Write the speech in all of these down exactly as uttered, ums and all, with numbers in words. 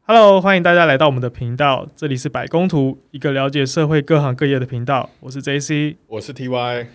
Hello， 欢迎大家来到我们的频道，这里是百工图，一个了解社会各行各业的频道。我是 J C， 我是 T Y。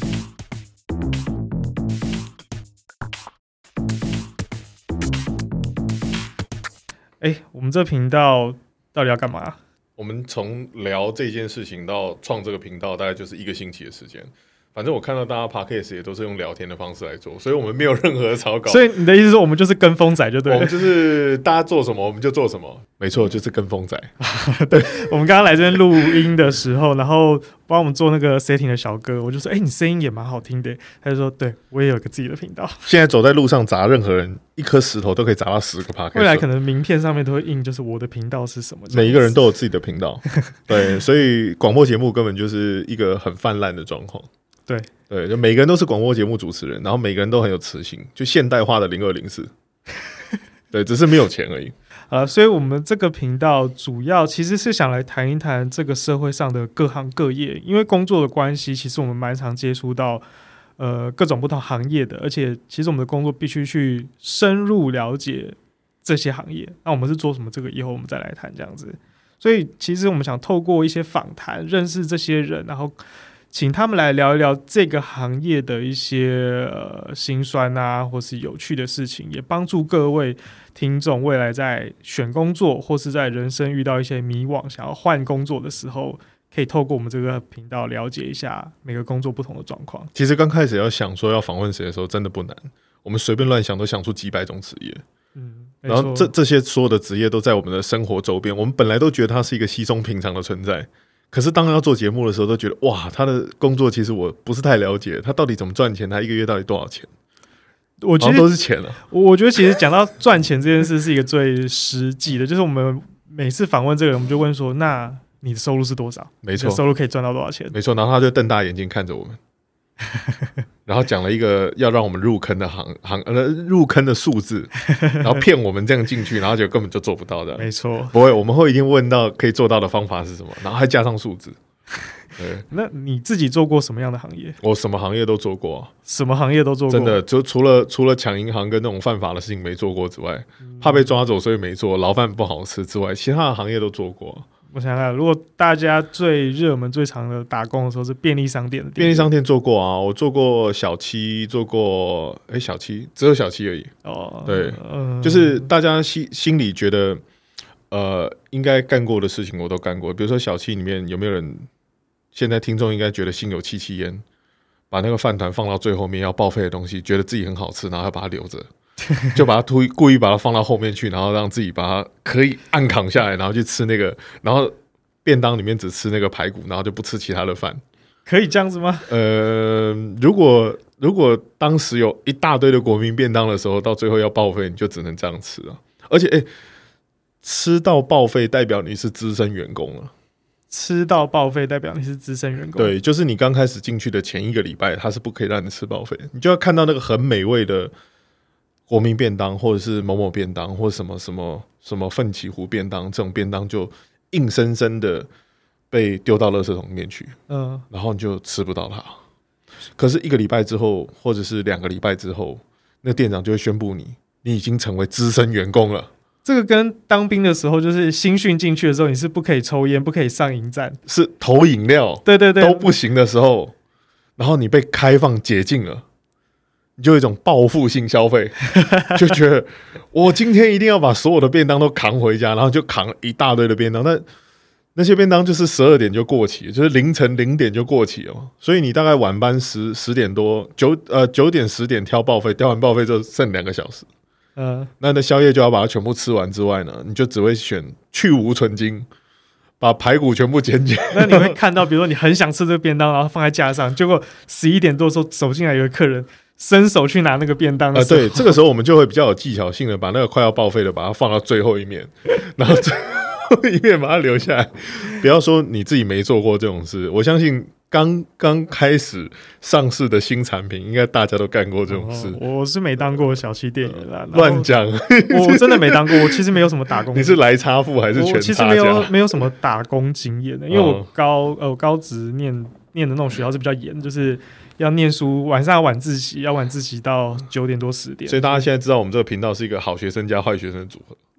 哎，我们这频道到底要干嘛？ 我们从聊这件事情到创这个频道，大概就是一个星期的时间。反正我看到大家 podcast 也都是用聊天的方式来做，所以我们没有任何的草稿。 所以你的意思是我们就是跟风仔就对了？ 我们就是大家做什么我们就做什么，没错，就是跟风仔。 对，我们刚刚来这边录音的时候，然后帮我们做那个 setting 的小哥，我就说：“哎、欸，你声音也蛮好听的。”他就说：“对，我也有一个自己的频道。” 现在走在路上砸任何人一颗石头都可以砸到十个 podcast。 未来可能名片上面都会印，就是我的频道是什么。 每一个人都有自己的频道，对，所以广播节目根本就是一个很泛滥的状况。 对对，就每个人都是广播节目主持人，然后每个人都很有磁性，就现代化的零二零四。对，只是没有钱而已。 呃，所以我们这个频道主要其实是想来谈一谈这个社会上的各行各业，因为工作的关系，其实我们蛮常接触到呃各种不同行业的，而且其实我们的工作必须去深入了解这些行业。那我们是做什么？这个以后我们再来谈这样子。所以其实我们想透过一些访谈，认识这些人，然后请他们来聊一聊这个行业的一些呃辛酸啊，或是有趣的事情，也帮助各位听众未来在选工作或是在人生遇到一些迷惘，想要换工作的时候，可以透过我们这个频道了解一下每个工作不同的状况。 其实刚开始要想说要访问谁的时候，真的不难，我们随便乱想都想出几百种职业。 嗯， 然后这这些所有的职业都在我们的生活周边，我们本来都觉得它是一个稀松平常的存在。可是当要做节目的时候，都觉得哇，他的工作其实我不是太了解，他到底怎么赚钱，他一个月到底多少钱？ 我觉得都是钱啊。 我觉得其实讲到赚钱这件事是一个最实际的，就是我们每次访问这个人，我们就问说：“那你的收入是多少？ 没错， 收入可以赚到多少钱？” 没错，然后他就瞪大眼睛看着我们，然后讲了一个要让我们入坑的行行呃入坑的数字，然后骗我们这样进去，然后就根本就做不到的。 没错， 不会，我们会一定问到可以做到的方法是什么，然后还加上数字。对， 那你自己做过什么样的行业？ 我什么行业都做过、啊， 什么行业都做过， 真的就除了除了抢银行跟那种犯法的事情没做过之外，嗯、怕被抓走所以没做，牢饭不好吃之外，其他的行业都做过、啊。 我想想，如果大家最热门、最常的打工的时候是便利商店的店， 便利商店做过啊，我做过小七，做过哎、欸、小七只有小七而已。哦，对，嗯、就是大家心心里觉得呃应该干过的事情我都干过，比如说小七里面有没有人？现在听众应该觉得心有戚戚焉，把那个饭团放到最后面要报废的东西，觉得自己很好吃，然后要把它留着，就把它故意故意把它放到后面去，然后让自己把它可以按扛下来，然后去吃那个，然后便当里面只吃那个排骨，然后就不吃其他的饭， 可以这样子吗？ 呃，如果如果当时有一大堆的国民便当的时候，到最后要报废，你就只能这样吃啊。而且，哎、欸，吃到报废代表你是资深员工了。 吃到报废代表你是资深员工， 对，就是你刚开始进去的前一个礼拜，它是不可以让你吃报废，你就要看到那个很美味的国民便当，或者是某某便当，或者什么什么什么奋起湖便当，这种便当就硬生生的被丢到垃圾桶里面去，嗯，然后你就吃不到它。可是一个礼拜之后，或者是两个礼拜之后，那店长就会宣布你，你已经成为资深员工了。 这个跟当兵的时候，就是新训进去的时候，你是不可以抽烟，不可以上营站， 是投饮料， 对对对， 都不行的时候，然后你被开放解禁了，你就有一种报复性消费，就觉得我今天一定要把所有的便当都扛回家，然后就扛一大堆的便当，那那些便当就是十二点就过期，就是凌晨零点就过期了，所以你大概晚班十十点多九呃九点十点挑报废，挑完报废就剩两个小时。嗯，那那宵夜就要把它全部吃完之外呢，你就只会选去无存精，把排骨全部剪剪。 那你会看到，比如说你很想吃这个便当，然后放在架上，结果十一点多的时候走进来有个客人伸手去拿那个便当的时候、 呃、对，这个时候我们就会比较有技巧性的把那个快要报废的把它放到最后一面，然后最后一面把它留下来。不要说你自己没做过这种事，我相信。刚刚开始上市的新产品，应该大家都干过这种事。 哦、我是没当过小七店员啦， 乱讲。 我真的没当过，我其实没有什么打工。 你是来差富还是全差？ 我其实没有没有什么打工经验的，因为我高呃我高职念念的那种学校是比较严，就是要念书，晚上要晚自习，要晚自习到九点多十点。 所以大家现在知道我们这个频道是一个好学生加坏学生的组合。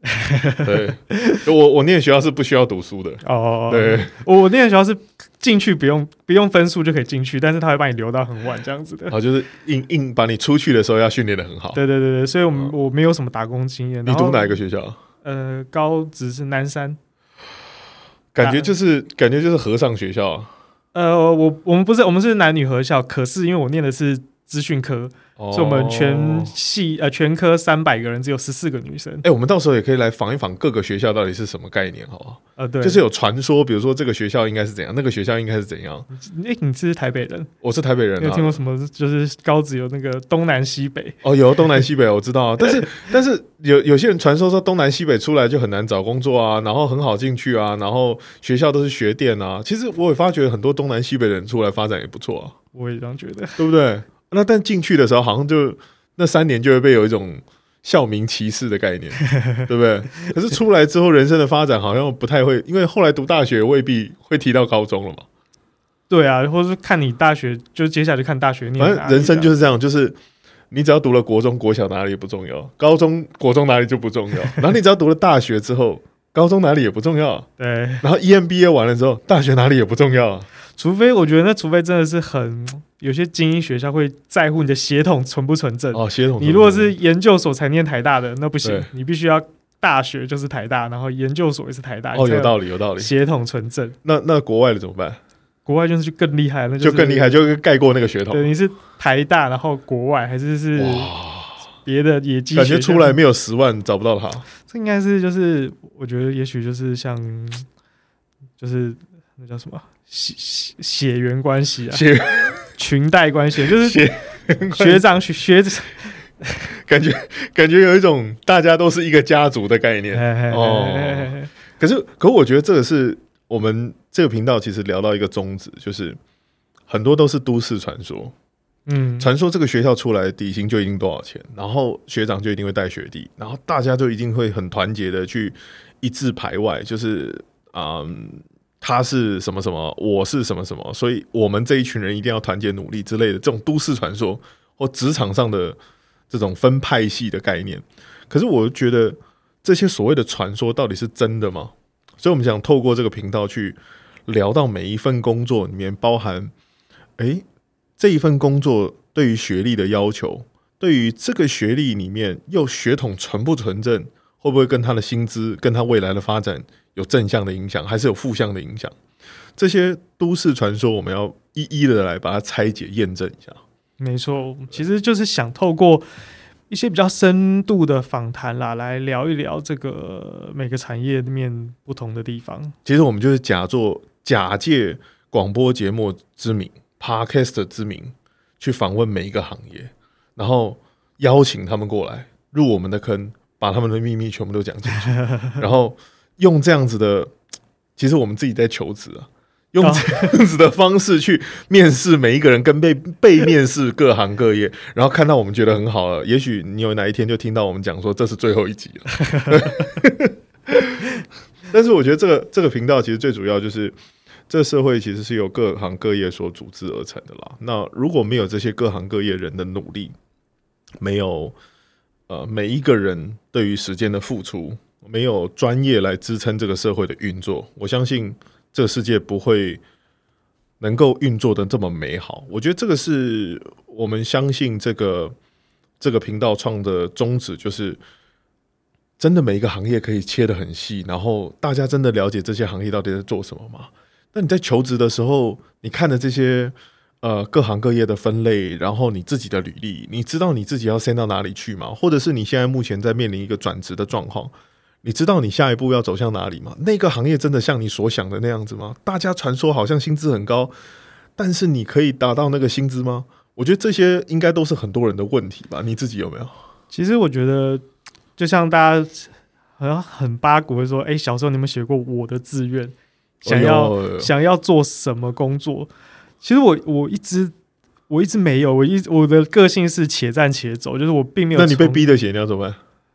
对，我我念学校是不需要读书的哦。 对， 我念的学校是进去不用不用分数就可以进去，但是他会把你留到很晚这样子的。 哦，就是硬硬把你出去的时候要训练的很好。 对对对对，所以我们、哦、我没有什么打工经验。 你读哪一个学校？ 呃，高职是南山， 感觉就是感觉就是和尚学校啊。 呃，我我们不是我们是男女合校，可是因为我念的是资讯科。哦、所以我们全系呃全科三百个人，只有十四个女生。 哎、欸，我们到时候也可以来访一访各个学校到底是什么概念，好不好？ 呃，对， 就是有传说，比如说这个学校应该是怎样，那个学校应该是怎样。 哎、欸，你是台北人？ 我是台北人、啊。 你有听过什么？就是高职有那个东南西北？ 哦，有东南西北，我知道啊。但是但是有有些人传说说东南西北出来就很难找工作啊，然后很好进去啊，然后学校都是学店啊。其实我也发觉很多东南西北的人出来发展也不错啊。 我也这样觉得， 对不对？那但进去的时候好像就。那三年就会被有一种校名歧视的概念，对不对？可是出来之后，人生的发展好像不太会，因为后来读大学未必会提到高中了嘛。 对啊，或者是看你大学，就接下来就看大学念哪里。 反正人生就是这样，就是你只要读了国中、国小哪里也不重要，高中、国中哪里就不重要。然后你只要读了大学之后，高中哪里也不重要。 对， 然后 E M B A 完了之后，大学哪里也不重要。 除非我觉得那除非真的是很有些精英学校会在乎你的血统纯不纯正哦，血统。 你如果是研究所才念台大的，那不行，你必须要大学就是台大，然后研究所也是台大。 哦，有道理，有道理。 血统纯正。 那那国外的怎么办？ 国外就是更厉害，那就更厉害，就盖过那个血统。 对，你是台大，然后国外还是是别的野鸡， 感觉出来没有十万找不到他。 这应该是就是我觉得也许就是像就是那叫什么？血血血缘关系啊， 血裙带关系，就是学长学学长， 感觉感觉有一种大家都是一个家族的概念哦。可是，可是我觉得这个是我们这个频道其实聊到一个宗旨，就是很多都是都市传说。嗯，传说这个学校出来的底薪就一定多少钱，然后学长就一定会带学弟，然后大家就一定会很团结的去一字排外，就是嗯。他是什么什么，我是什么什么，所以我们这一群人一定要团结努力之类的这种都市传说或职场上的这种分派系的概念。可是我觉得这些所谓的传说到底是真的吗？所以我们想透过这个频道去聊到每一份工作里面包含，诶，这一份工作对于学历的要求，对于这个学历里面又血统纯不纯正，会不会跟他的薪资跟他未来的发展有正向的影响，还是有负向的影响？这些都市传说，我们要一一的来把它拆解、验证一下。 没错，其实就是想透过一些比较深度的访谈啦，来聊一聊这个每个产业里面不同的地方。 其实我们就是假作假借广播节目之名、Podcast 之名，去访问每一个行业，然后邀请他们过来入我们的坑，把他们的秘密全部都讲进去，然后。用这样子的，其实我们自己在求职啊，用这样子的方式去面试每一个人，跟被被面试各行各业，然后看到我们觉得很好了，也许你有哪一天就听到我们讲说这是最后一集了。但是我觉得这个这个频道其实最主要就是这个社会其实是由各行各业所组织而成的啦。那如果没有这些各行各业人的努力，没有呃每一个人对于时间的付出。没有专业来支撑这个社会的运作，我相信这个世界不会能够运作的这么美好。我觉得这个是我们相信这个这个频道创的宗旨，就是真的每一个行业可以切得很细，然后大家真的了解这些行业到底在做什么吗？那你在求职的时候，你看的这些呃各行各业的分类，然后你自己的履历，你知道你自己要 send 到哪里去吗？或者是你现在目前在面临一个转职的状况？你知道你下一步要走向哪里吗？那个行业真的像你所想的那样子吗？大家传说好像薪资很高，但是你可以达到那个薪资吗？我觉得这些应该都是很多人的问题吧。你自己有没有？ 其实我觉得，就像大家好像很八股会说，哎、欸，小时候你们写过我的志愿，想要、哦、想要做什么工作？其实我我一直我一直没有，我一我的个性是且战且走，就是我并没有。 那你被逼的写，你要怎么办？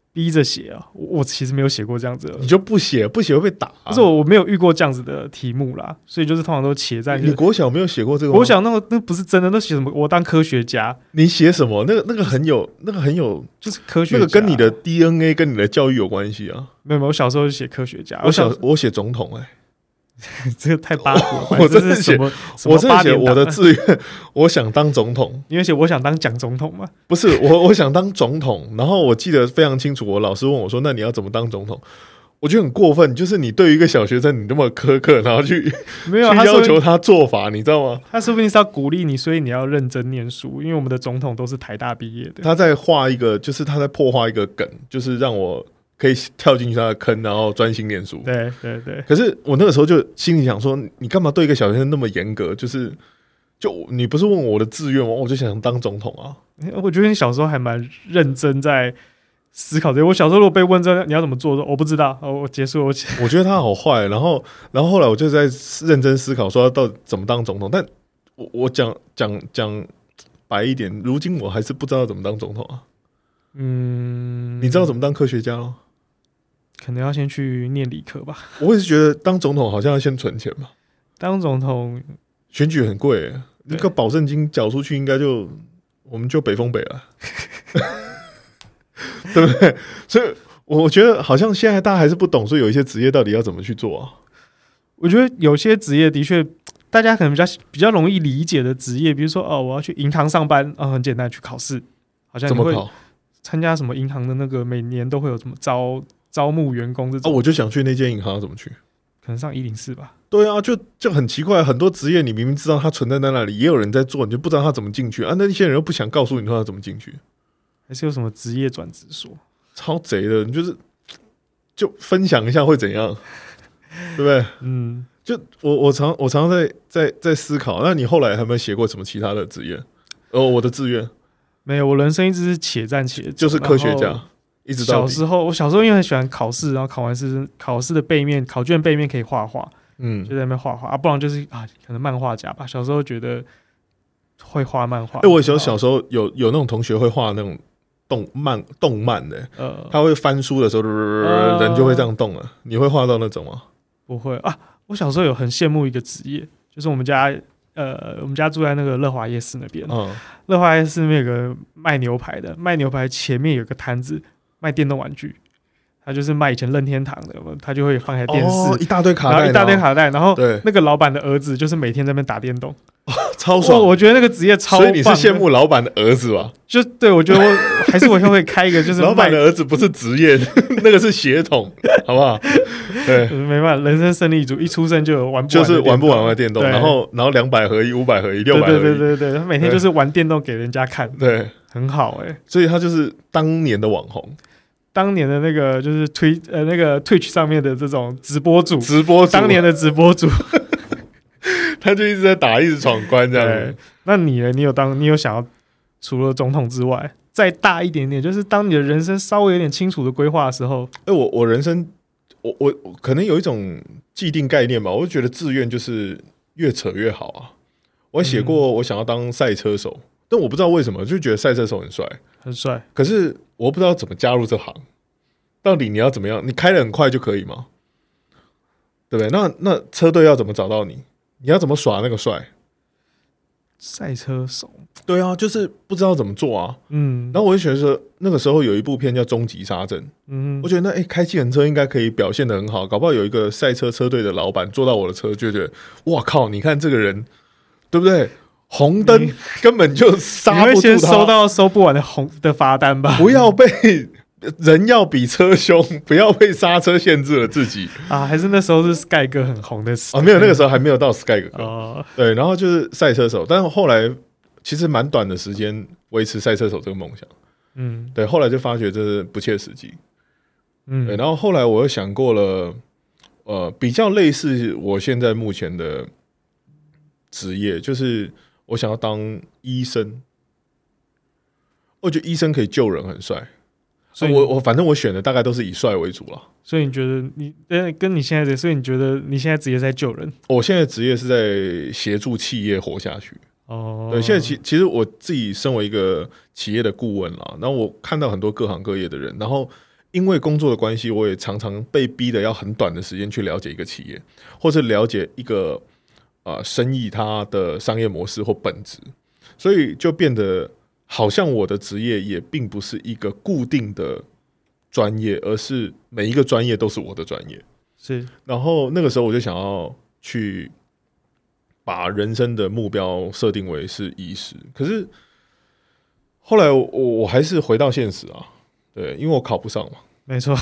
逼着写啊，我其实没有写过这样子的， 你就不写，不写会被打、啊。 不是我，我没有遇过这样子的题目啦，所以就是通常都写在、就是。 你国小没有写过这个吗？ 国小那个那不是真的，那写什么？我当科学家。 你写什么？那个那个很有，那个很有， 就是科学家。 那个跟你的 D N A 跟你的教育有关系啊。 没有没有，我小时候就写科学家。 我小我写总统哎、欸。 这个太八股了， 我真的写，我真的写我的志愿，我想当总统。 因为写我想当蒋总统嘛？ 不是我，我想当总统。然后我记得非常清楚，我老师问我说：“那你要怎么当总统？”我觉得很过分，就是你对于一个小学生你那么苛刻，然后去没有去要求他做法，你知道吗？ 他说不定是要鼓励你，所以你要认真念书。因为我们的总统都是台大毕业的。 他在画一个，就是他在破画一个梗，就是让我。可以跳进去他的坑，然后专心念书。 对对对。 可是我那个时候就心里想说，你干嘛对一个小学生那么严格？就是，就你不是问我的志愿吗？我就想当总统啊。 我觉得你小时候还蛮认真在思考这些。我小时候如果被问这你要怎么做，我不知道。我结束了。我我觉得他好坏。然后，然后后来我就在认真思考，说要到底怎么当总统。但我我讲讲讲白一点，如今我还是不知道怎么当总统啊。嗯，你知道怎么当科学家吗？ 可能要先去念理科吧。 我也是觉得当总统好像要先存钱嘛。 当总统选举很贵、欸，那个保证金缴出去，应该就我们就北风北了，对不对？所以我觉得好像现在大家还是不懂，说有一些职业到底要怎么去做啊。 我觉得有些职业的确，大家可能比较比较容易理解的职业，比如说哦，我要去银行上班，啊、哦，很简单，去考试，好像你会参加什么银行的那个每年都会有什么招。招募员工这种、 哦、我就想去那间银行要怎么去？ 可能上一零四吧。 对啊，就就很奇怪，很多职业你明明知道它存在在那里，也有人在做，你就不知道他怎么进去啊。那些人又不想告诉你说他怎么进去， 还是有什么职业转职所？ 超贼的，你就是就分享一下会怎样，对不对？嗯，就我我常我常常在在在思考，那你后来有没有写过什么其他的职业？哦，我的志愿没有，我人生一直是且战且走， 就是科学家。一直到小时候，我小时候因为很喜欢考试，然后考完试，考试的背面、考卷背面可以画画，嗯，就在那边画画啊，不然就是啊，可能漫画家吧。小时候觉得会画漫画。哎、 欸，我小小时候有有那种同学会画那种动漫动漫的，呃，他会翻书的时候，呃、人就会这样动了。你会画到那种吗？ 不会啊。我小时候有很羡慕一个职业，就是我们家呃，我们家住在那个乐华夜市那边，嗯，乐华夜市那边有个卖牛排的，卖牛排前面有个摊子。卖电动玩具，他就是卖以前任天堂的，他就会放台电视， 哦、一大堆卡带， 然后一大堆卡带，然后那个老板的儿子就是每天在那边打电动， 哦、超爽、哦。 我觉得那个职业超棒， 所以你是羡慕老板的儿子吧？ 就对，我觉得我还是我以后会开一个，就是老板的儿子不是职业，那个是血统，好不好？对， 没办法，人生胜利组，一出生就有玩不完就是玩不完的电动，然后然后两百合一、五百合一、六百合一， 对对对对，他每天就是玩电动给人家看， 对， 很好哎、欸， 所以他就是当年的网红。 当年的那个就是推呃那个 Twitch 上面的这种直播主， 直播主， 当年的直播主， 他就一直在打，一直闯关这样子。 那你呢？你有当你有想要除了总统之外，再大一点点，就是当你的人生稍微有点清楚的规划的时候， 哎、欸，我我人生，我我可能有一种既定概念吧，我就觉得志愿就是越扯越好啊。我写过我想要当赛车手，嗯、但我不知道为什么就觉得赛车手很帅， 很帅， 可是我不知道怎么加入这行。到底你要怎么样？你开得很快就可以吗？对不对？那那车队要怎么找到你？你要怎么耍那个帅？ 赛车手， 对啊，就是不知道怎么做啊。嗯，然后我就觉得说，那个时候有一部片叫《终极杀阵》，嗯，我觉得那哎、欸，开计程车应该可以表现得很好，搞不好有一个赛车车队的老板坐到我的车，就觉得哇靠，你看这个人，对不对？红灯根本就刹不住他， 你会先收到收不完的红的罚单吧？ 不要被。人要比车凶，不要被刹车限制了自己啊！还是那时候是 Sky 哥很红的时候啊？没有，那个时候还没有到 Sky 哥。哦，对，然后就是赛车手，但是后来其实蛮短的时间维持赛车手这个梦想。嗯，对，后来就发觉这是不切实际。嗯，对，然后后来我又想过了，呃，比较类似我现在目前的职业，就是我想要当医生。我觉得医生可以救人，很帅。所以我我反正我选的大概都是以帅为主啦。 所以你觉得你跟你现在的，所以你觉得你现在职业在救人？ 我现在职业是在协助企业活下去。哦，对，现在其其实我自己身为一个企业的顾问啦，然后我看到很多各行各业的人，然后因为工作的关系，我也常常被逼的要很短的时间去了解一个企业，或是了解一个呃生意它的商业模式或本质，所以就变得好像我的职业也并不是一个固定的专业，而是每一个专业都是我的专业。 是， 然后那个时候我就想要去把人生的目标设定为是医师，可是后来我我还是回到现实啊。对，因为我考不上嘛， 没错，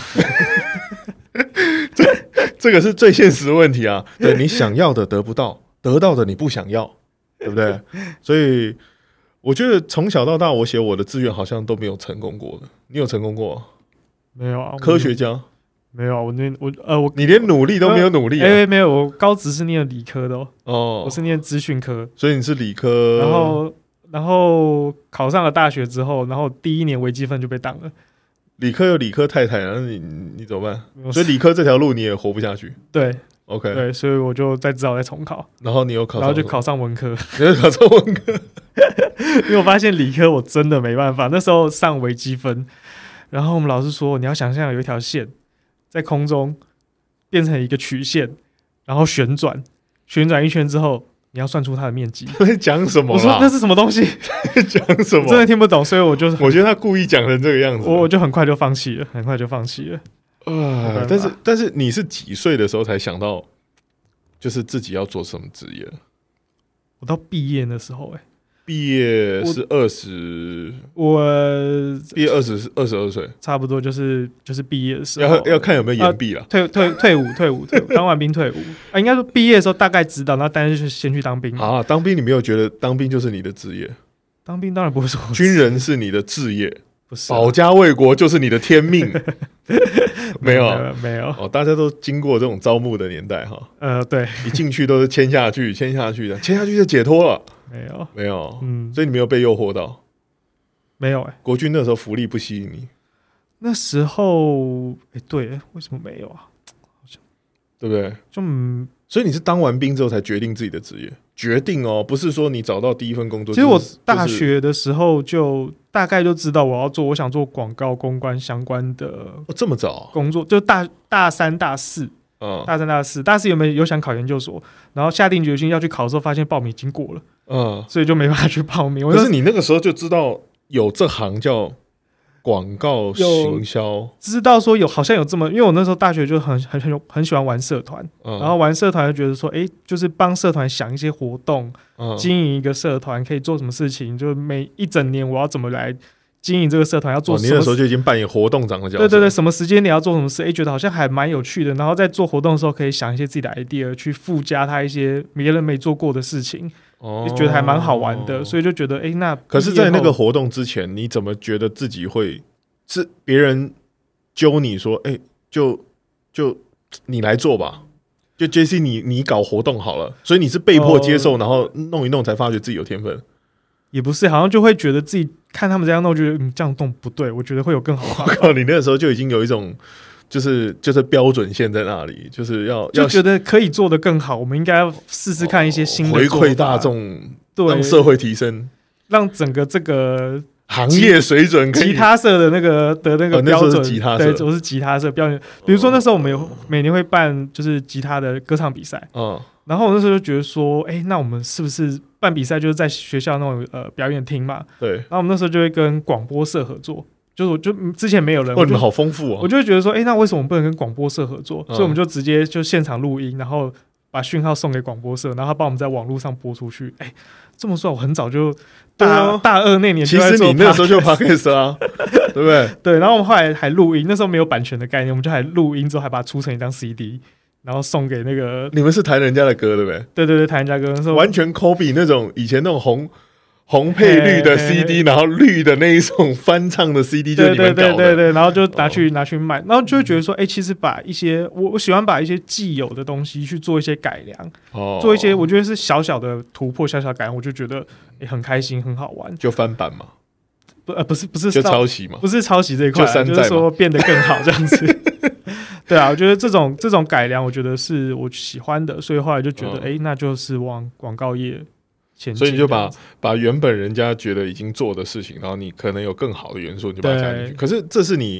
这这个是最现实的问题啊。对，你想要的得不到，得到的你不想要，对不对？所以我觉得从小到大，我写我的志愿好像都没有成功过的。你有成功过？ 没有啊， 科学家没有啊，我那我呃我你连努力都没有努力、啊， 哎、欸，没有，我高职是念理科的哦， 哦， 我是念资讯科， 所以你是理科， 然后然后考上了大学之后，然后第一年微积分就被挡了。 理科有理科太太，那你你怎么办？所以理科这条路你也活不下去。 对 ，OK， 对，所以我就再只好再重考。 然后你有考上， 然后就考上文科， 你有考上文科， 因为我发现理科我真的没办法。那时候上微积分，然后我们老师说，你要想象有一条线在空中变成一个曲线，然后旋转，旋转一圈之后，你要算出它的面积。 讲什么？ 我说那是什么东西？ 讲什么？ 真的听不懂，所以我就我觉得他故意讲成这个样子， 我我就很快就放弃了，很快就放弃了。 呃，但是但是你是几岁的时候才想到，就是自己要做什么职业？ 我到毕业的时候、欸，哎， 毕业是二十， 我毕业二十是二十二岁， 差不多就是就是毕业的时候， 要要看有没有延毕了、 呃。退退退伍退伍退伍，当完兵退伍啊，应该说毕业的时候大概知道，然后当然就是先去当兵啊。当兵你没有觉得当兵就是你的职业？ 当兵当然不会说军人是你的志业， 不是、啊、 保家卫国就是你的天命。没有没有没有哦，大家都经过这种招募的年代哈。 呃，对， 一进去都是签下去，签下去的，签下去就解脱了。 没有没有， 嗯， 所以你没有被诱惑到？ 没有哎、欸， 国军那时候福利不吸引你？ 那时候哎、欸，对，为什么没有啊？ 对不对？ 就嗯， 所以你是当完兵之后才决定自己的职业？决定哦，不是说你找到第一份工作。 其实我大学的时候就大概就知道我要做，我想做广告公关相关的。 哦，这么早工作就大大三大四，嗯，大三大四，大四有没有有想考研究所？然后下定决心要去考的时候，发现报名已经过了，嗯，所以就没办法去报名。 可是你那个时候就知道有这行叫广告行销，知道说有好像有这么，因为我那时候大学就很很很很喜欢玩社团，嗯，然后玩社团就觉得说，哎、欸，就是帮社团想一些活动，嗯，经营一个社团可以做什么事情，就每一整年我要怎么来经营这个社团，要做什么，哦， 你那时候就已经扮演活动长的角色， 对对对，什么时间点要做什么事，哎、欸，觉得好像还蛮有趣的。然后在做活动的时候，可以想一些自己的 idea， 去附加他一些别人没做过的事情。哦，就觉得还蛮好玩的，所以就觉得，哎、欸，那可是，在那个活动之前，你怎么觉得自己会是别人揪你说，哎、欸，就就你来做吧，就 J C 你你搞活动好了，所以你是被迫接受，哦，然后弄一弄才发觉自己有天分。 也不是，好像就会觉得自己看他们这样弄，觉得嗯这样动不对，我觉得会有更好的方法。 我靠，你那个时候就已经有一种。就是就是标准线在那里，就是要就觉得可以做得更好，我们应该要试试看一些新的回馈大众，让社会提升， 让整个这个行业水准可以。 吉他社的那个的那个标准， 哦，吉他社， 对，我是吉他社标准。比如说那时候我们有每年会办就是吉他的歌唱比赛，嗯，然后我那时候就觉得说，哎、欸，那我们是不是办比赛就是在学校那种呃表演厅嘛？ 对， 然后我们那时候就会跟广播社合作。就是我就之前没有人， 哦，你们好丰富哦！ 我就会觉得说，哎、欸，那为什么我们不能跟广播社合作？嗯，所以我们就直接就现场录音，然后把讯号送给广播社，然后他帮我们在网络上播出去。哎、欸，这么说，我很早就大、啊、大二那年就在做， 其实你那时候就 podcast 啊，对不对？ 对，然后我们后来还录音，那时候没有版权的概念，我们就还录音之后还把它出成一张 C D， 然后送给那个。 你们是弹人家的歌，对不对？ 对对对，弹人家歌，那时候完全 copy 那种以前那种红。红配绿的 C D， 然后绿的那一种翻唱的 C D， 就是你们搞的， 对对对对，然后就拿去、哦、拿去卖，然后就会觉得说，哎、欸，其实把一些我我喜欢把一些既有的东西去做一些改良，哦，做一些我觉得是小小的突破、小小改良，我就觉得、欸、很开心、很好玩。 就翻版嘛， 不呃不是不是就抄袭嘛， 不是抄袭这一块，就, 就是说变得更好这样子。对啊，我觉得这种这种改良，我觉得是我喜欢的，所以后来就觉得，哎、嗯欸，那就是往广告业。 所以你就把把原本人家觉得已经做的事情，然后你可能有更好的元素，你就把它加进去。可是这是你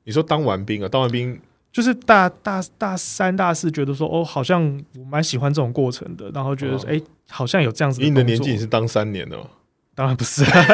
你说当完兵啊？当完兵就是大大大三大四觉得说哦，好像我蛮喜欢这种过程的，然后觉得哎、哦欸，好像有这样子的工作。 你的年纪是当三年的吗？ 当然不是、啊。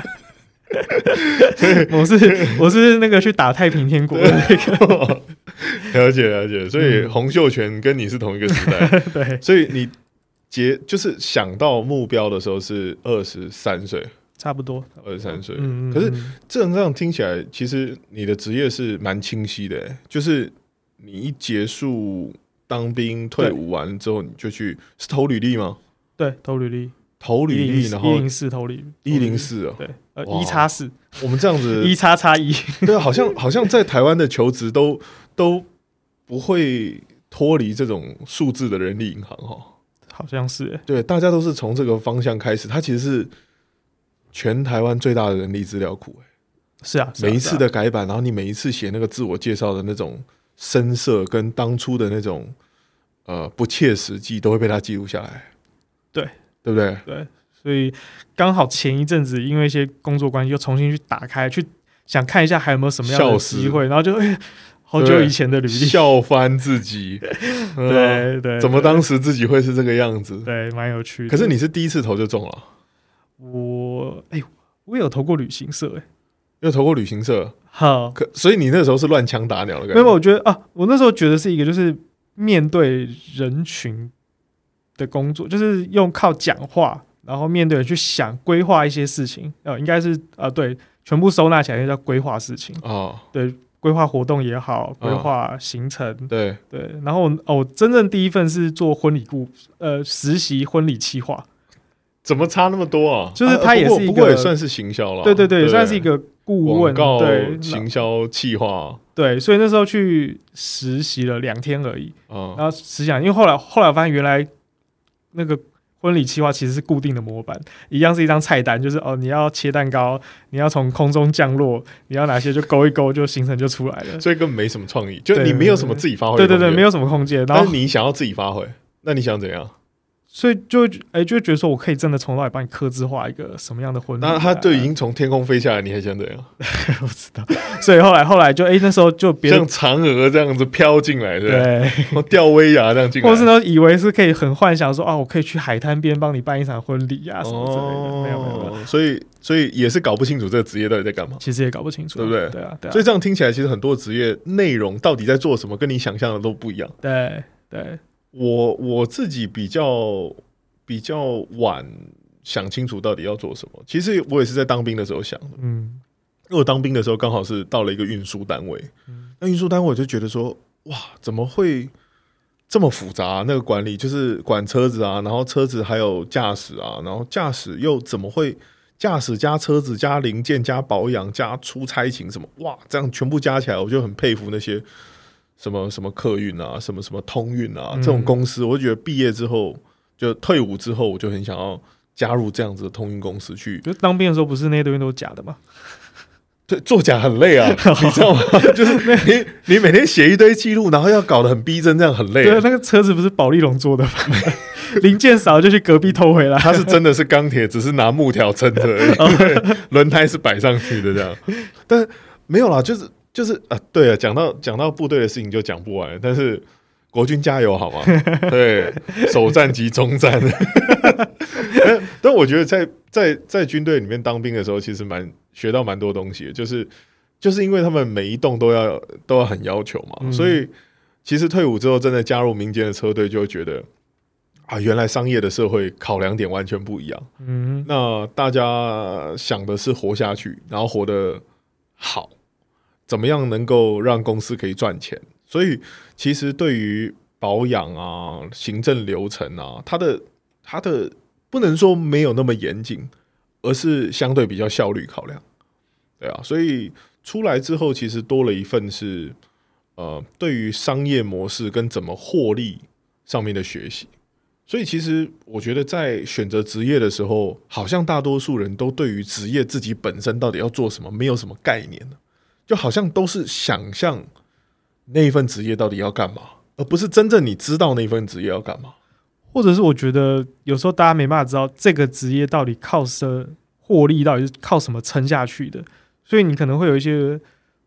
我是我是那个去打太平天国的那个。 了解了解，所以洪秀全跟你是同一个时代。 对， 所以你结就是想到目标的时候是二十三岁， 差不多二十三岁。 嗯嗯， 可是这样听起来，其实你的职业是蛮清晰的、欸，就是你一结束当兵退伍完之后，你就去是投履历吗？ 对，投履历。 投履历，然后一零四投履一零四哦， 对，呃，一叉四， 我们这样子一叉叉一， 对，好像好像在台湾的求职都都不会脱离这种数字的人力银行哈， 好像是、欸， 对，大家都是从这个方向开始，它其实是全台湾最大的人力资料库、欸， 是啊， 每一次的改版，然后你每一次写那个自我介绍的那种深色跟当初的那种呃不切实际，都会被它记录下来， 对。 对不对？ 对，所以刚好前一阵子因为一些工作关系，又重新去打开，去想看一下还有没有什么样的机会，然后就、欸、好久以前的履历， 笑翻自己。 对 对, 对， 怎么当时自己会是这个样子？ 对，蛮有趣的。 可是你是第一次投就中了？ 我哎、欸，我有投过旅行社、欸，哎， 有投过旅行社， 好， 可所以你那时候是乱枪打鸟的感觉？ 没有，我觉得啊，我那时候觉得是一个就是面对人群的工作，就是用靠讲话，然后面对人去想规划一些事情，呃，应该是啊、呃，对，全部收纳起来就叫规划事情啊、哦，对，规划活动也好，规划行程，哦、 对对，然后哦，真正第一份是做婚礼顾，呃，实习婚礼企划， 怎么差那么多啊？ 就是它也是一个， 不过也算是行销了， 对对 对, 对，算是一个顾问， 广告对， 行销企划。 对，所以那时候去实习了两天而已， 哦、 然后实想，因为后来后来我发现原来。那个婚礼企划其实是固定的模板，一样是一张菜单，就是哦，你要切蛋糕，你要从空中降落，你要哪些就勾一勾，就行程就出来了。 所以根本没什么创意，就你没有什么自己发挥的空间。 对对对，没有什么空间。 但是你想要自己发挥，那你想怎样？ 所以就哎、欸，就会觉得说我可以真的从头到尾帮你客制化一个什么样的婚礼、啊。 那他就已经从天空飞下来，你还想怎样？ 我知道。所以后来后来就哎、欸，那时候就别像嫦娥这样子飘进来，对， 对， 吊威亚这样进来， 或是呢以为是可以很幻想说啊，我可以去海滩边帮你办一场婚礼啊什么之类的。哦、没有没有没有。 所以所以也是搞不清楚这个职业到底在干嘛。 其实也搞不清楚， 对不对？ 对啊对啊。 所以这样听起来，其实很多职业内容到底在做什么，跟你想象的都不一样。 对对， 我我自己比较。比较晚想清楚到底要做什么，其实我也是在当兵的时候想的。嗯，因为我当兵的时候刚好是到了一个运输单位，嗯、那运输单位我就觉得说，哇，怎么会这么复杂、啊？那个管理就是管车子啊，然后车子还有驾驶啊，然后驾驶又怎么会驾驶加车子加零件加保养加出差勤什么？哇，这样全部加起来，我就很佩服那些什么什么客运啊，什么什么通运啊、嗯、这种公司，我就觉得毕业之后。就退伍之后，我就很想要加入这样子的通运公司去。 就当兵的时候，不是那些东西都是假的吗？ 对，做假很累啊，你知道吗？就是你你每天写一堆记录，然后要搞得很逼真，这样很累、啊。 对，那个车子不是保丽龙做的吗？零件少就去隔壁偷回来。 它是真的是钢铁，只是拿木条撑着而已。轮胎是摆上去的这样，但是没有啦，就是就是啊，对啊，讲到讲到部队的事情就讲不完，但是。国军加油好吗？对，首战及终战。但我觉得在在在军队里面当兵的时候，其实蛮学到蛮多东西的，就是就是因为他们每一栋都要都要很要求嘛，嗯、所以其实退伍之后真的加入民间的车队，就会觉得啊，原来商业的社会考量点完全不一样。嗯，那大家想的是活下去，然后活得好，怎么样能够让公司可以赚钱？所以，其实对于保养啊、行政流程啊，它的它的不能说没有那么严谨，而是相对比较效率考量，对啊。所以出来之后，其实多了一份是呃，对于商业模式跟怎么获利上面的学习。所以，其实我觉得在选择职业的时候，好像大多数人都对于职业自己本身到底要做什么，没有什么概念，就好像都是想象。那一份职业到底要干嘛，而不是真正你知道那份职业要干嘛， 或者是我觉得有时候大家没办法知道这个职业到底靠什么获利，到底是靠什么撑下去的，所以你可能会有一些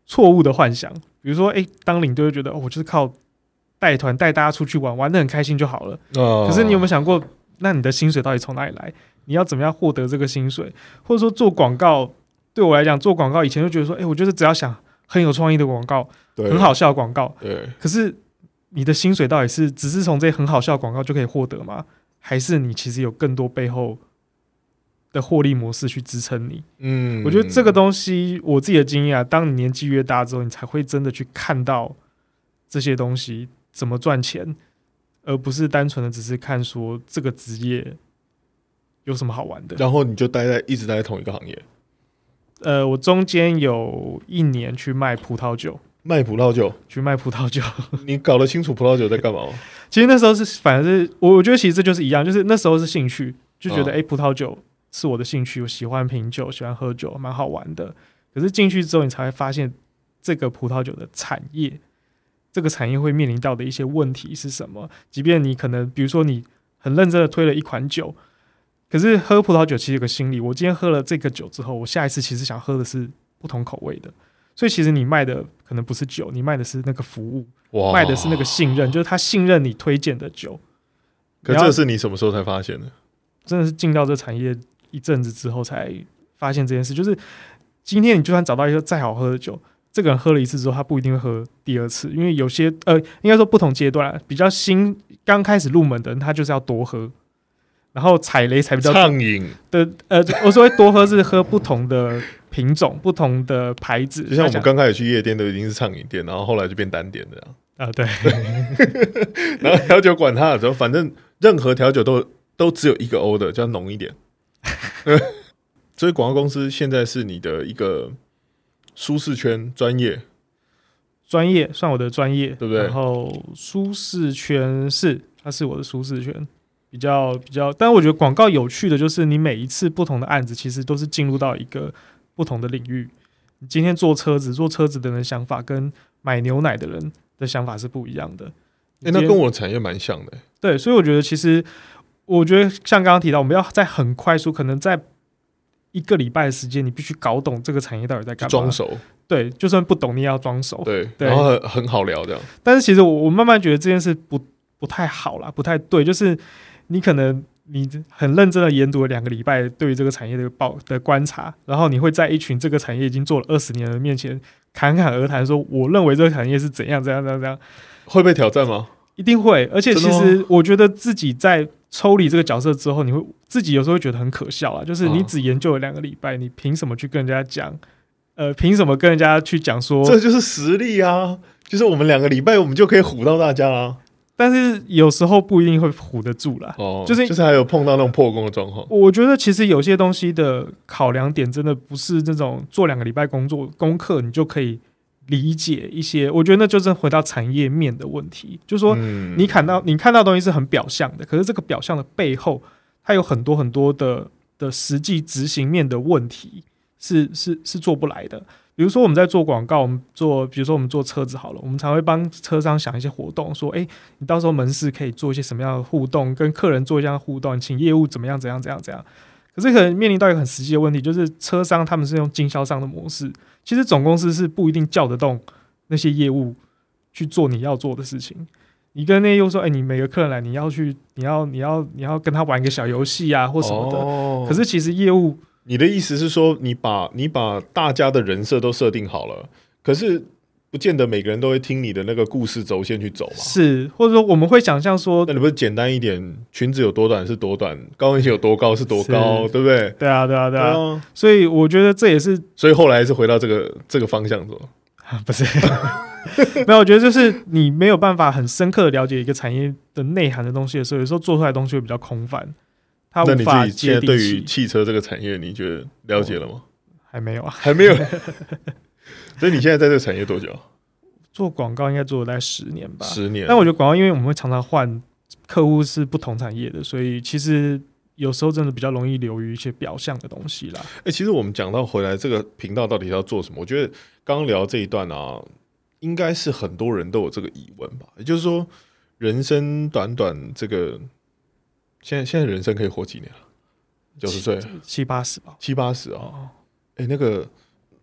错误的幻想，比如说，哎、欸，当领队就觉得、哦、我就是靠带团带大家出去玩，玩得很开心就好了。哦、可是你有没有想过，那你的薪水到底从哪里来？你要怎么样获得这个薪水？或者说做广告，对我来讲，做广告以前就觉得说，哎、欸，我就是只要想很有创意的广告，很好笑的广告。 对。 可是你的薪水到底是只是从这些很好笑的广告就可以获得吗？还是你其实有更多背后的获利模式去支撑你？嗯，我觉得这个东西，我自己的经验啊，当你年纪越大之后，你才会真的去看到这些东西怎么赚钱，而不是单纯的只是看说这个职业有什么好玩的。 然后你就待在一直待在同一个行业。 呃，我中间有一年去卖葡萄酒。 卖葡萄酒， 去卖葡萄酒， 你搞得清楚葡萄酒在干嘛吗？ 其实那时候是，反正是我，我觉得其实这就是一样，就是那时候是兴趣，就觉得哎、哦欸，葡萄酒是我的兴趣，我喜欢品酒，喜欢喝酒，蛮好玩的。可是进去之后，你才会发现这个葡萄酒的产业，这个产业会面临到的一些问题是什么。即便你可能，比如说你很认真的推了一款酒，可是喝葡萄酒其实有个心理，我今天喝了这个酒之后，我下一次其实想喝的是不同口味的。所以其实你卖的可能不是酒，你卖的是那个服务，卖的是那个信任，就是他信任你推荐的酒。 可这是你什么时候才发现的？ 真的是进到这产业一阵子之后才发现这件事。就是今天你就算找到一个再好喝的酒，这个人喝了一次之后，他不一定会喝第二次，因为有些呃，应该说不同阶段，比较新刚开始入门的人，他就是要多喝。然后踩雷才比较畅饮的，呃，我所谓多喝是喝不同的品种、不同的牌子。 就像我们刚开始去夜店都已经是畅饮店，然后后来就变单点这样啊，对。 然后调酒管他的时候，反正任何调酒都都只有一个欧的，叫浓一点。所以广告公司现在是你的一个舒适圈，专业， 专业算我的专业， 对不对？ 然后舒适圈是它是我的舒适圈。比较比较，但我觉得广告有趣的就是，你每一次不同的案子，其实都是进入到一个不同的领域。你今天做车子，做车子的人的想法跟买牛奶的人的想法是不一样的。 欸、那跟我的产业蛮像的、欸。 对，所以我觉得其实，我觉得像刚刚提到，我们要在很快速，可能在一个礼拜的时间，你必须搞懂这个产业到底在干嘛。 装熟。 对，就算不懂，你也要装熟。 对，对然后很很好聊这样。 但是其实我我慢慢觉得这件事不不太好啦，不太对，就是。你可能你很认真的研读了两个礼拜对于这个产业的报的观察，然后你会在一群这个产业已经做了二十年的人面前侃侃而谈，说我认为这个产业是怎样怎样怎样怎样， 会被挑战吗？ 一定会，而且其实我觉得自己在抽离这个角色之后，你会自己有时候会觉得很可笑啊，就是你只研究了两个礼拜，你凭什么去跟人家讲？呃，凭什么跟人家去讲说？ 这就是实力啊！就是我们两个礼拜，我们就可以唬到大家啊。 但是有时候不一定会唬得住啦， 哦， 就是就是还有碰到那种破功的状况。 我觉得其实有些东西的考量点真的不是那种做两个礼拜工作功课你就可以理解一些，我觉得那就是回到产业面的问题，就是说你看到、嗯、你看到的东西是很表象的，可是这个表象的背后，它有很多很多的的实际执行面的问题是是是做不来的。比如说我们在做广告，我们做，比如说我们做车子好了，我们常会帮车商想一些活动，说，哎、欸，你到时候门市可以做一些什么样的互动，跟客人做一样互动，请业务怎么样怎样怎样怎样。可是可能面临到一个很实际的问题，就是车商他们是用经销商的模式，其实总公司是不一定叫得动那些业务去做你要做的事情。你跟那业务说，哎、欸，你每个客人来，你要去，你要你要你要跟他玩一个小游戏啊，或什么的、哦。可是其实业务。 你的意思是说，你把你把大家的人设都设定好了，可是不见得每个人都会听你的那个故事轴线去走嘛？ 是，或者说我们会想象说， 那你不是简单一点，裙子有多短是多短，高跟鞋有多高是多高，对不对？ 对啊，对啊，对啊。对啊，所以我觉得这也是， 所以后来是回到这个这个方向走， 不是？没有，我觉得就是你没有办法很深刻的了解一个产业的内涵的东西的时候，有时候做出来的东西会比较空泛。 那你自己现在对于汽车这个产业，你觉得了解了吗？ 哦、还没有啊， 还没有。所以你现在在这个产业多久？ 做广告应该做了大概十年吧。 十年。 但我觉得广告，因为我们会常常换客户是不同产业的，所以其实有时候真的比较容易流于一些表象的东西啦。 哎、欸，其实我们讲到回来这个频道到底要做什么，我觉得刚刚聊这一段啊，应该是很多人都有这个疑问吧。也就是说，人生短短这个。现在现在人生可以活几年了？九十岁， 七八十吧， 七八十哦。哎、欸，那个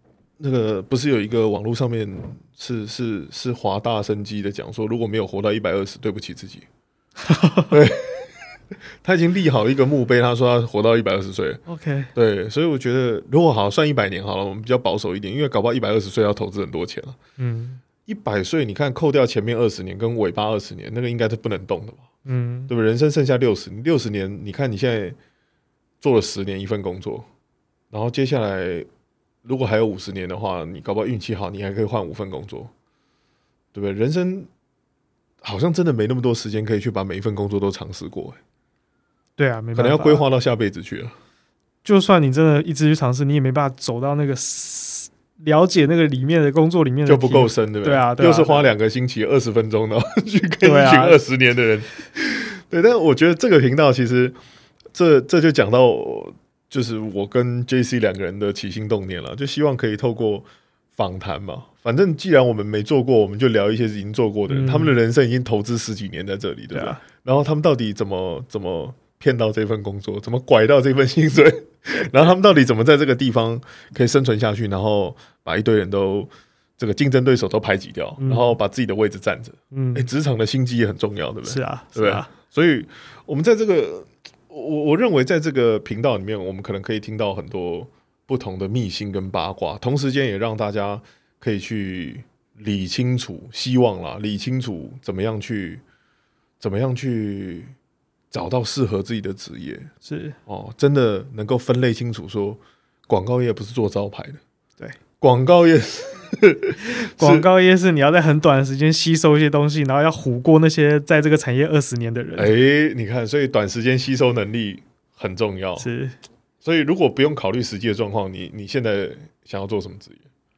那个不是有一个网络上面是是是华大生机的讲说，如果没有活到一百二十，对不起自己。对，他已经立好一个墓碑，他说他活到一百二十岁。 OK， 对，所以我觉得如果好算一百年好了，我们比较保守一点，因为搞不好一百二十岁要投资很多钱了。嗯，一百岁你看扣掉前面二十年跟尾巴二十年，那个应该是不能动的吧？嗯，对不对？人生剩下六十六十年，你看你现在做了十年一份工作，然后接下来如果还有五十年的话，你搞不好运气好，你还可以换五份工作，对不对？人生好像真的没那么多时间可以去把每一份工作都尝试过、欸。 对啊，没办法， 可能要规划到下辈子去了。 就算你真的一直去尝试，你也没办法走到那个了解那个里面的工作里面的就不够深，对不对？ 对啊，对啊， 又是花两个星期二十分钟，然后去跟一群二十年的人。对，但我觉得这个频道其实这这就讲到，就是我跟 J C 两个人的起心动念了，就希望可以透过访谈嘛。反正既然我们没做过，我们就聊一些已经做过的人，嗯、他们的人生已经投资十几年在这里，对不对？对啊、然后他们到底怎么怎么骗到这份工作，怎么拐到这份薪水，然后他们到底怎么在这个地方可以生存下去，然后把一堆人都这个竞争对手都排挤掉，嗯、然后把自己的位置站着。嗯，哎，职场的心机也很重要，对不对？ 是啊， 对不对？是啊。所以我们在这个，我我认为在这个频道里面，我们可能可以听到很多不同的秘辛跟八卦，同时间也让大家可以去理清楚，希望啦，理清楚怎么样去，怎么样去找到适合自己的职业， 是哦，真的能够分类清楚说，广告业不是做招牌的， 对， 广告业是广告业是你要在很短的时间吸收一些东西，然后要唬过那些在这个产业二十年的人。 哎，你看，所以短时间吸收能力很重要。 是， 所以如果不用考虑实际的状况，你你现在想要做什么职业？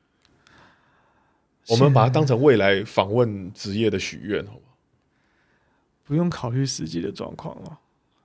我们把它当成未来访问职业的许愿，好吗？ 不用考虑实际的状况了。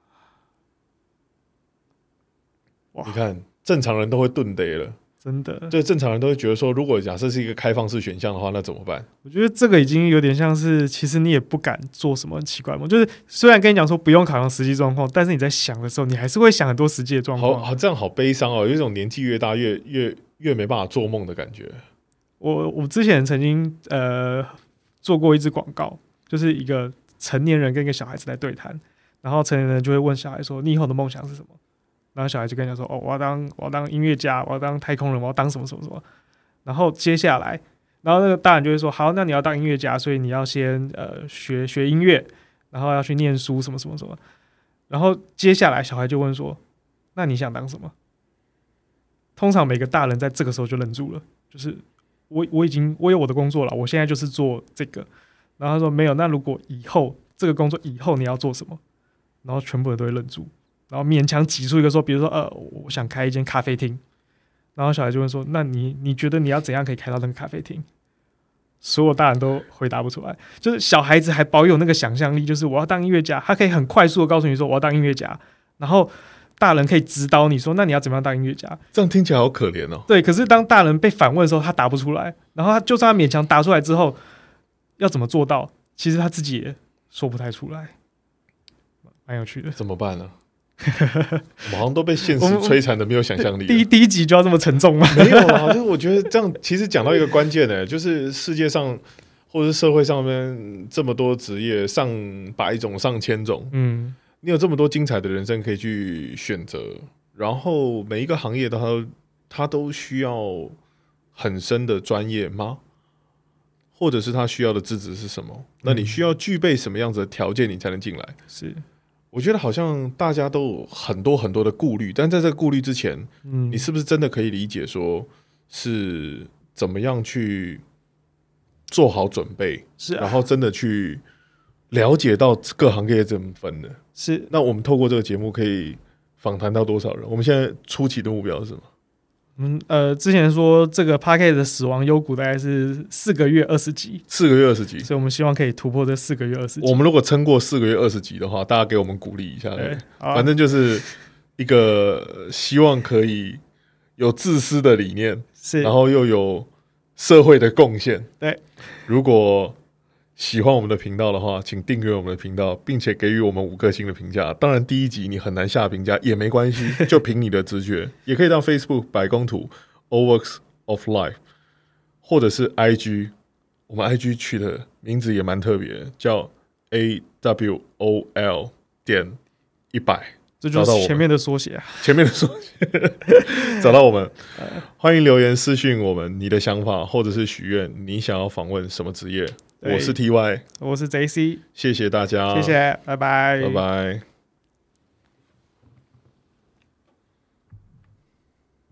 你看，正常人都会顿呆了。 真的， 对，正常人都会觉得说，如果假设是一个开放式选项的话，那怎么办？ 我觉得这个已经有点像是，其实你也不敢做什么很奇怪的，就是虽然跟你讲说不用考量实际状况，但是你在想的时候，你还是会想很多实际的状况。 好，好，这样好悲伤哦，有一种年纪越大越越越没办法做梦的感觉。 我我之前曾经呃做过一支广告，就是一个成年人跟一个小孩子在对谈，然后成年人就会问小孩说：“你以后的梦想是什么？”然后小孩就跟人家说：“哦，我要当我要当音乐家，我要当太空人，我要当什么什么什么。”然后接下来，然后那个大人就会说：“好，那你要当音乐家，所以你要先呃学学音乐，然后要去念书，什么什么什么。”然后接下来小孩就问说：“那你想当什么？”通常每个大人在这个时候就愣住了，就是我我已经我有我的工作了，我现在就是做这个。然后他说：“没有，那如果以后这个工作以后你要做什么？”然后全部人都会愣住。然后勉强挤出一个说，比如说，呃，我想开一间咖啡厅，然后小孩就会说，那你你觉得你要怎样可以开到那个咖啡厅？所有大人都回答不出来，就是小孩子还保有那个想象力，就是我要当音乐家，他可以很快速的告诉你说我要当音乐家，然后大人可以指导你说，那你要怎么样当音乐家？ 这样听起来好可怜哦。 对，可是当大人被反问的时候，他答不出来，然后他就算他勉强答出来之后，要怎么做到？其实他自己也说不太出来，蛮有趣的。 怎么办呢？我们好像都被现实摧残的没有想象力。 第一第一集就要这么沉重吗？ 没有啊，就是我觉得这样其实讲到一个关键呢、欸，就是世界上或者是社会上面这么多职业，上百种、上千种，嗯，你有这么多精彩的人生可以去选择，然后每一个行业它都它都需要很深的专业吗？或者是它需要的资质是什么？那你需要具备什么样子的条件，你才能进来？ 是。 我觉得好像大家都有很多很多的顾虑，但在这个顾虑之前，嗯，你是不是真的可以理解说是怎么样去做好准备， 是、啊， 然后真的去了解到各行各业怎么分的？ 是。 那我们透过这个节目可以访谈到多少人？我们现在初期的目标是什么？ 嗯呃，之前说这个 Podcast 的死亡幽谷大概是四个月二十集， 四个月二十集， 所以我们希望可以突破这四个月二十集。 我们如果撑过四个月二十集的话，大家给我们鼓励一下。对，反正就是一个希望可以有自私的理念， 是， 然后又有社会的贡献。 对， 如果喜欢我们的频道的话，请订阅我们的频道，并且给予我们五颗星的评价。当然，第一集你很难下评价也没关系，就凭你的直觉，也可以到 Facebook 百工图 All Works of Life 或者是 I G， 我们 I G 取的名字也蛮特别的，叫 A W O L 点一百， 这就是前面的缩写啊， 前面的缩写找到我们，欢迎留言私讯我们你的想法，或者是许愿你想要访问什么职业。我是 T Y， 我是 J C， 谢谢大家， 谢谢，拜拜， 拜拜。